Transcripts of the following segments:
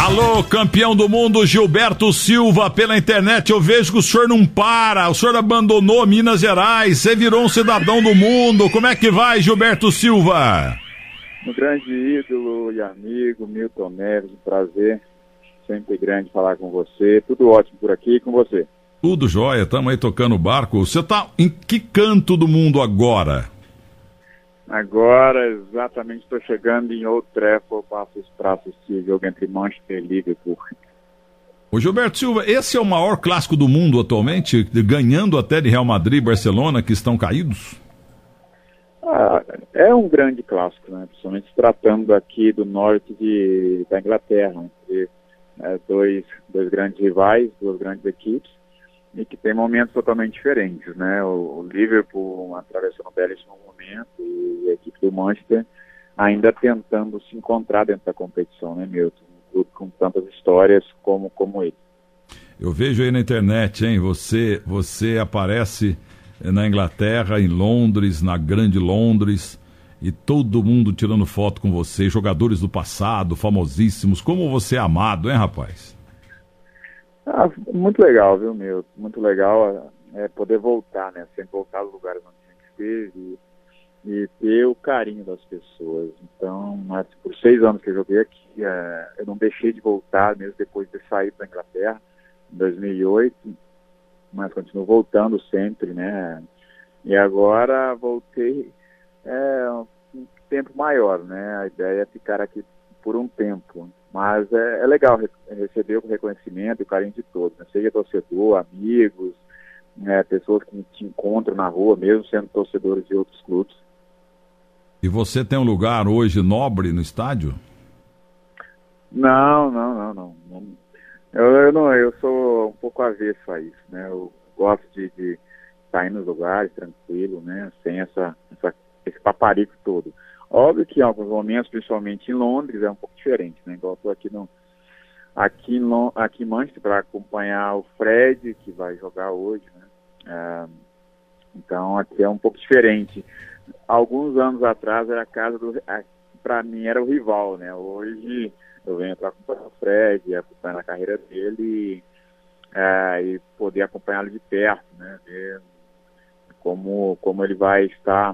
Alô, campeão do mundo Gilberto Silva, pela internet eu vejo que o senhor não para, o senhor abandonou Minas Gerais, você virou um cidadão do mundo, como é que vai, Gilberto Silva? Um grande ídolo e amigo, Milton Neves, um prazer, sempre grande falar com você, tudo ótimo por aqui e com você. Tudo jóia, estamos aí tocando o barco, você tá em que canto do mundo agora? Agora, exatamente, estou chegando em Old Trafford para assistir o jogo entre Manchester e Liverpool. Ô Gilberto Silva, esse é o maior clássico do mundo atualmente, ganhando até de Real Madrid e Barcelona, que estão caídos? É um grande clássico, né? Principalmente se tratando aqui do norte da Inglaterra, entre dois grandes rivais, duas grandes equipes, e que tem momentos totalmente diferentes, né? O Liverpool atravessando um belíssimo momento e a equipe do Manchester ainda tentando se encontrar dentro da competição, né, Milton? Um clube com tantas histórias como ele. Eu vejo aí na internet, hein? Você aparece na Inglaterra, em Londres, na grande Londres, e todo mundo tirando foto com você, jogadores do passado, famosíssimos. Como você é amado, hein, rapaz? Muito legal, viu, meu? Muito legal poder voltar, né? Sempre voltar aos lugares onde sempre esteve e ter o carinho das pessoas. Então, por 6 anos que eu joguei aqui, eu não deixei de voltar, mesmo depois de ter saído da Inglaterra, em 2008, mas continuo voltando sempre, né? E agora voltei um tempo maior, né? A ideia é ficar aqui por um tempo. Mas é legal receber o reconhecimento e o carinho de todos, né? Seja torcedor, amigos, pessoas que te encontram na rua, mesmo sendo torcedores de outros clubes. E você tem um lugar hoje nobre no estádio? Não. Eu sou um pouco avesso a isso, né? Eu gosto de estar indo nos lugares tranquilo, né? Sem esse paparico todo. Óbvio que em alguns momentos, principalmente em Londres, é um pouco diferente, né? Igual eu estou aqui em Manchester para acompanhar o Fred, que vai jogar hoje, né? Então aqui é um pouco diferente. Alguns anos atrás era a casa para mim era o rival, né? Hoje eu venho para acompanhar o Fred, acompanhar a carreira dele e poder acompanhá-lo de perto, né? Ver como ele vai estar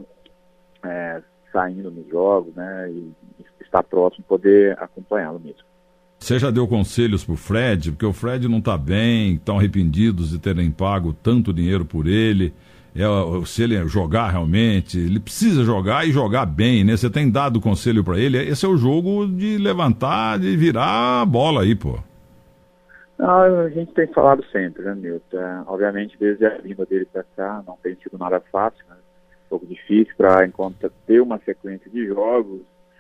saindo nos jogos, né, e estar próximo, poder acompanhá-lo mesmo. Você já deu conselhos pro Fred, porque o Fred não está bem, estão arrependidos de terem pago tanto dinheiro por ele, se ele jogar realmente, ele precisa jogar e jogar bem, né? Você tem dado conselho para ele, esse é o jogo de levantar, de virar a bola aí, pô. A gente tem falado sempre, né, Milton? Obviamente, desde a vinda dele para cá, não tem sido nada fácil, né? Um pouco difícil para ter uma sequência de jogos.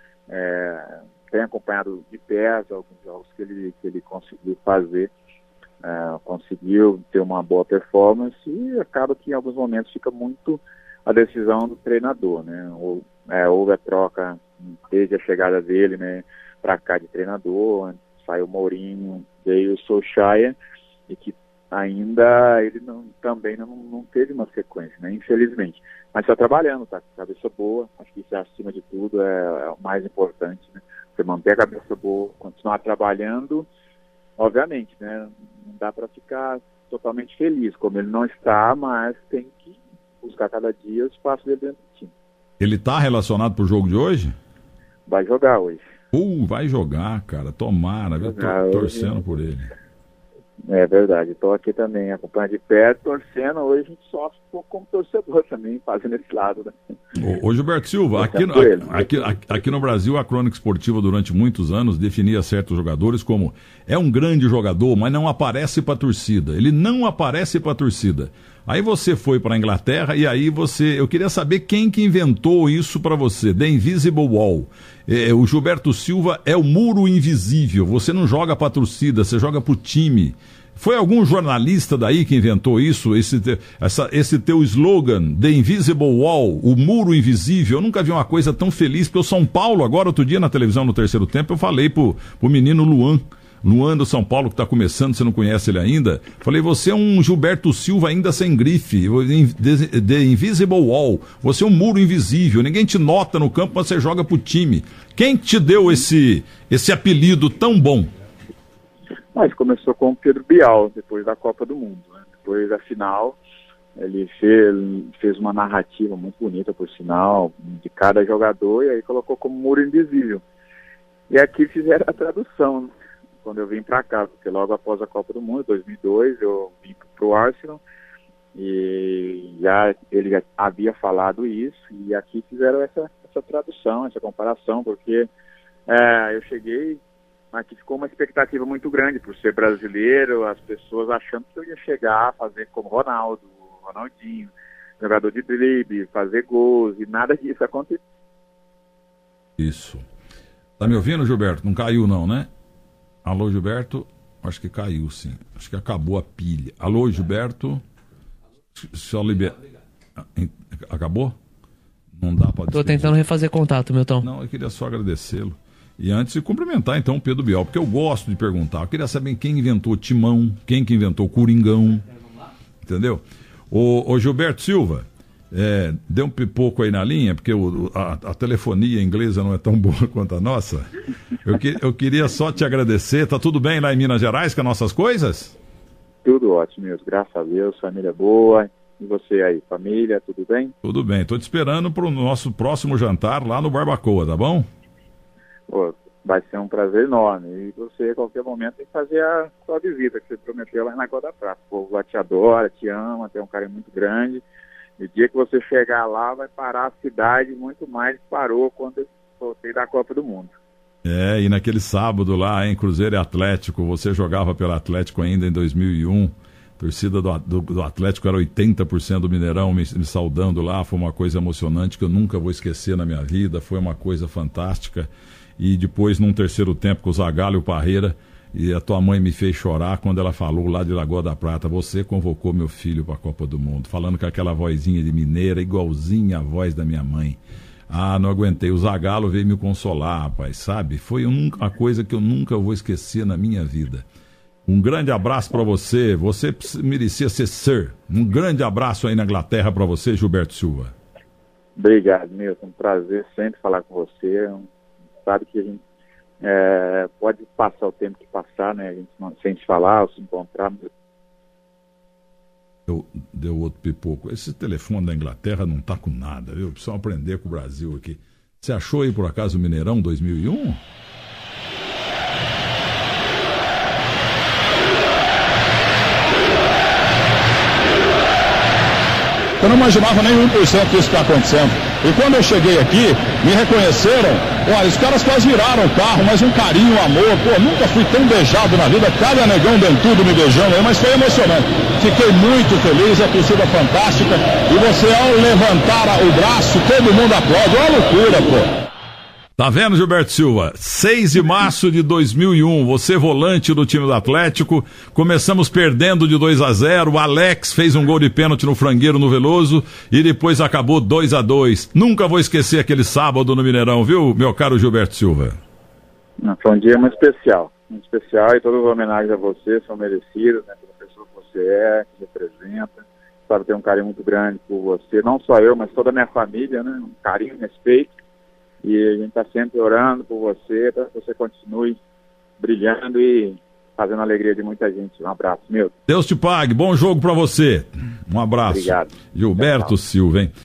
Tenho acompanhado de perto alguns jogos que ele conseguiu fazer, conseguiu ter uma boa performance e acaba que em alguns momentos fica muito a decisão do treinador, né? Houve a troca desde a chegada dele, né, para cá de treinador, saiu o Mourinho, veio o Solskjaer, e que ainda ele também não teve uma sequência, né, infelizmente. Mas está trabalhando, tá com cabeça boa, acho que isso acima de tudo é o mais importante, né? Você manter a cabeça boa, continuar trabalhando, obviamente, né? Não dá para ficar totalmente feliz, como ele não está, mas tem que buscar cada dia o espaço dele dentro do time. Ele está relacionado para o jogo de hoje? Vai jogar hoje. Vai jogar, cara, tomara, eu tô torcendo por ele. É verdade, estou aqui também acompanhando de perto, torcendo. Hoje a gente sofre um pouco como torcedor também, fazendo esse lado, né? Ô Gilberto Silva, aqui no Brasil a crônica esportiva durante muitos anos definia certos jogadores como é um grande jogador, mas não aparece para a torcida. Ele não aparece para a torcida. Aí você foi para a Inglaterra e aí eu queria saber quem que inventou isso para você, The Invisible Wall. O Gilberto Silva é o muro invisível, você não joga para a torcida, você joga para o time. Foi algum jornalista daí que inventou isso, esse teu slogan, The Invisible Wall, o muro invisível? Eu nunca vi uma coisa tão feliz, porque o São Paulo, agora outro dia na televisão no terceiro tempo, eu falei pro menino Luan do São Paulo, que está começando, você não conhece ele ainda, falei, você é um Gilberto Silva ainda sem grife, The Invisible Wall, você é um muro invisível, ninguém te nota no campo, mas você joga pro time. Quem te deu esse apelido tão bom? Mas começou com o Pedro Bial, depois da Copa do Mundo, né? Depois da final, ele fez uma narrativa muito bonita, por sinal, de cada jogador, e aí colocou como muro invisível. E aqui fizeram a tradução, né? Quando eu vim para cá, porque logo após a Copa do Mundo, 2002, eu vim para o Arsenal, e ele já havia falado isso, e aqui fizeram essa tradução, essa comparação, porque eu cheguei, aqui ficou uma expectativa muito grande por ser brasileiro, as pessoas achando que eu ia chegar a fazer como Ronaldinho, jogador de drible, fazer gols, e nada disso aconteceu. Isso. Tá me ouvindo, Gilberto? Não caiu não, né? Alô, Gilberto? Acho que caiu, sim. Acho que acabou a pilha. Alô, Gilberto? Só libera. Acabou? Não dá para... Tô tentando refazer contato, Milton. Não, eu queria só agradecê-lo. E antes de cumprimentar, então, o Pedro Bial, porque eu gosto de perguntar. Eu queria saber quem inventou Timão, quem que inventou Coringão. Entendeu? Ô Gilberto Silva, deu um pipoco aí na linha, porque a telefonia inglesa não é tão boa quanto a nossa. Eu queria só te agradecer. Tá tudo bem lá em Minas Gerais com as nossas coisas? Tudo ótimo, Milton. Graças a Deus, família boa. E você aí, família, tudo bem? Tudo bem. Tô te esperando pro nosso próximo jantar lá no Barbacoa, tá bom? Pô, vai ser um prazer enorme. E você, a qualquer momento, tem que fazer a sua visita, que você prometeu lá em Lagoa da Prata. O povo lá te adora, te ama, tem um carinho muito grande. E o dia que você chegar lá, vai parar a cidade muito mais que parou quando eu voltei da Copa do Mundo. E naquele sábado lá, em Cruzeiro e Atlético, você jogava pelo Atlético ainda em 2001. A torcida do Atlético era 80% do Mineirão me saudando lá. Foi uma coisa emocionante que eu nunca vou esquecer na minha vida. Foi uma coisa fantástica. E depois, num terceiro tempo, com o Zagallo e o Parreira, e a tua mãe me fez chorar quando ela falou lá de Lagoa da Prata: você convocou meu filho para a Copa do Mundo, falando com aquela vozinha de mineira, igualzinha a voz da minha mãe. Ah, não aguentei. O Zagallo veio me consolar, rapaz, sabe? Foi uma coisa que eu nunca vou esquecer na minha vida. Um grande abraço para você. Você merecia ser Sir. Um grande abraço aí na Inglaterra para você, Gilberto Silva. Obrigado, Milton. Um prazer sempre falar com você. Sabe que a gente pode passar o tempo que passar, né? A gente não, sem se falar ou se encontrar. Deu outro pipoco. Esse telefone da Inglaterra não tá com nada, viu? Precisamos aprender com o Brasil aqui. Você achou aí, por acaso, o Mineirão 2001? Eu não imaginava nem 1% disso que está acontecendo. E quando eu cheguei aqui, me reconheceram. Olha, os caras quase viraram o carro, mas um carinho, um amor. Pô, nunca fui tão beijado na vida. Cada negão dentudo me beijando aí, mas foi emocionante. Fiquei muito feliz, a torcida fantástica. E você, ao levantar o braço, todo mundo aplaude. Olha a loucura, pô. Tá vendo, Gilberto Silva? 6 de março de 2001, você volante do time do Atlético, começamos perdendo de 2-0, o Alex fez um gol de pênalti no Frangueiro, no Veloso, e depois acabou 2-2. Nunca vou esquecer aquele sábado no Mineirão, viu, meu caro Gilberto Silva? Foi um dia muito especial, e todas as homenagens a você são merecidas, né, pela pessoa que você é, que representa. Sabe, ter um carinho muito grande por você, não só eu, mas toda a minha família, né, um carinho, respeito. E a gente está sempre orando por você, para que você continue brilhando e fazendo a alegria de muita gente. Um abraço, meu. Deus te pague, bom jogo para você. Um abraço. Obrigado. Gilberto Silva, hein?